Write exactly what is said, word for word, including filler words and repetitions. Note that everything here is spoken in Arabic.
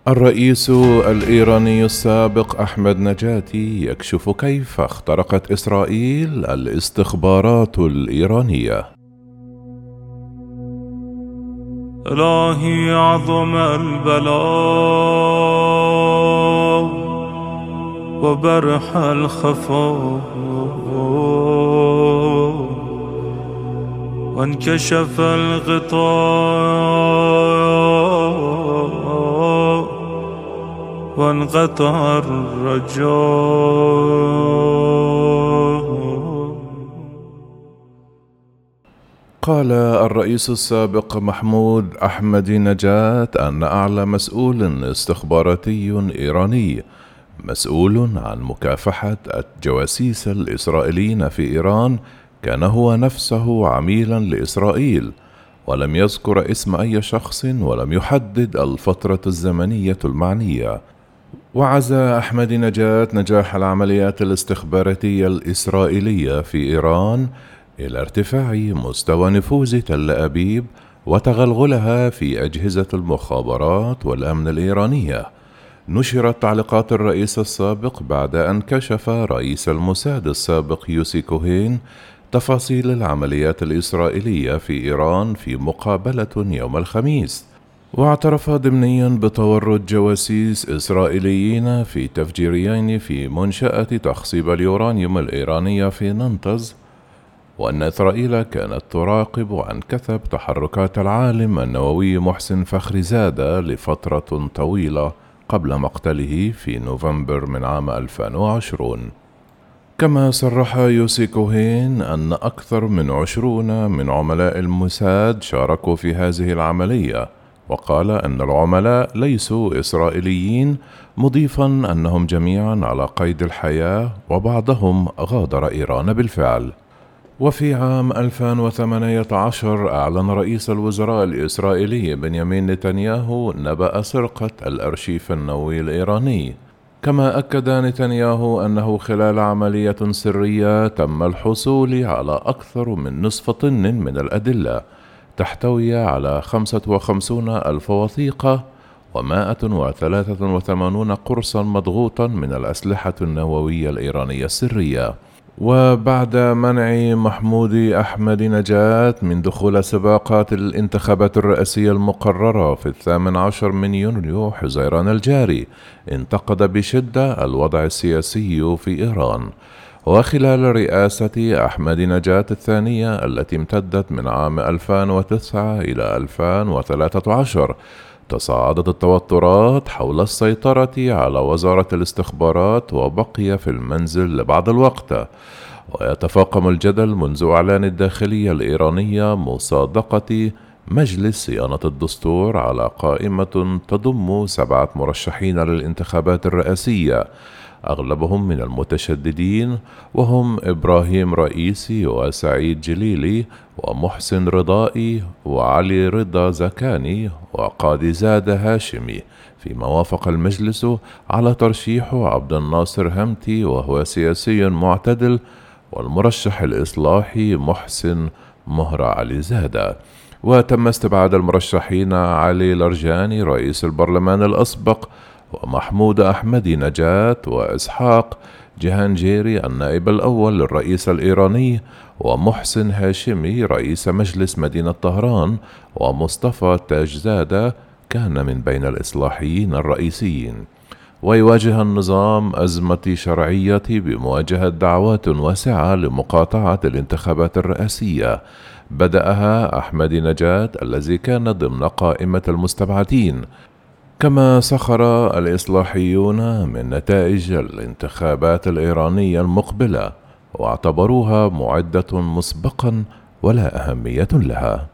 الرئيس الإيراني السابق أحمد نجاتي يكشف كيف اخترقت إسرائيل الاستخبارات الإيرانية. إلهي عظم البلاء وبرح الخفاء وانكشف الغطاء وانقطع الرجاء. قال الرئيس السابق محمود أحمد نجات أن أعلى مسؤول استخباراتي إيراني مسؤول عن مكافحة الجواسيس الإسرائيليين في إيران كان هو نفسه عميلا لإسرائيل، ولم يذكر اسم أي شخص ولم يحدد الفترة الزمنية المعنية. وعزى أحمد نجات نجاح العمليات الاستخباراتية الإسرائيلية في إيران إلى ارتفاع مستوى نفوذ تل أبيب وتغلغلها في أجهزة المخابرات والأمن الإيرانية. نشرت تعليقات الرئيس السابق بعد أن كشف رئيس الموساد السابق يوسي كوهين تفاصيل العمليات الإسرائيلية في إيران في مقابلة يوم الخميس، واعترف ضمنيا بتورط جواسيس إسرائيليين في تفجيرين في منشأة تخصيب اليورانيوم الإيرانية في نانتز، وأن إسرائيل كانت تراقب عن كثب تحركات العالم النووي محسن فخرزادة لفترة طويلة قبل مقتله في نوفمبر من عام ألفين وعشرين. كما صرح يوسي كوهين أن أكثر من عشرون من عملاء الموساد شاركوا في هذه العملية، وقال أن العملاء ليسوا إسرائيليين، مضيفا أنهم جميعا على قيد الحياة وبعضهم غادر إيران بالفعل. وفي عام ألفين وثمانية عشر أعلن رئيس الوزراء الإسرائيلي بنيامين نتنياهو نبأ سرقة الأرشيف النووي الإيراني. كما أكد نتنياهو أنه خلال عملية سرية تم الحصول على أكثر من نصف طن من الأدلة تحتوي على خمسة وخمسين ألف وثيقة ومائة وثلاثة وثمانين قرصا مضغوطا من الأسلحة النووية الإيرانية السرية. وبعد منع محمود أحمد نجات من دخول سباقات الانتخابات الرئاسية المقررة في الثامن عشر من يونيو حزيران الجاري، انتقد بشدة الوضع السياسي في إيران. وخلال رئاسة أحمد نجات الثانية التي امتدت من عام ألفين وتسعة إلى ألفين وثلاثة عشر، تصاعدت التوترات حول السيطرة على وزارة الاستخبارات وبقي في المنزل لبعض الوقت. ويتفاقم الجدل منذ إعلان الداخلية الإيرانية مصادقة مجلس صيانة الدستور على قائمة تضم سبعة مرشحين للانتخابات الرئاسية، أغلبهم من المتشددين، وهم إبراهيم رئيسي وسعيد جليلي ومحسن رضائي وعلي رضا زكاني وقاضي زاد هاشمي، فيما وافق المجلس على ترشيح عبد الناصر همتي وهو سياسي معتدل، والمرشح الإصلاحي محسن مهر علي زادة. وتم استبعاد المرشحين علي لرجاني رئيس البرلمان الأسبق ومحمود أحمد نجات وإسحاق جهانجيري النائب الأول للرئيس الإيراني ومحسن هاشمي رئيس مجلس مدينة طهران ومصطفى تاجزادة كان من بين الإصلاحيين الرئيسيين. ويواجه النظام أزمة شرعية بمواجهة دعوات واسعة لمقاطعة الانتخابات الرئاسية بدأها أحمد نجات الذي كان ضمن قائمة المستبعدين. كما سخر الإصلاحيون من نتائج الانتخابات الإيرانية المقبلة واعتبروها معدة مسبقا ولا أهمية لها.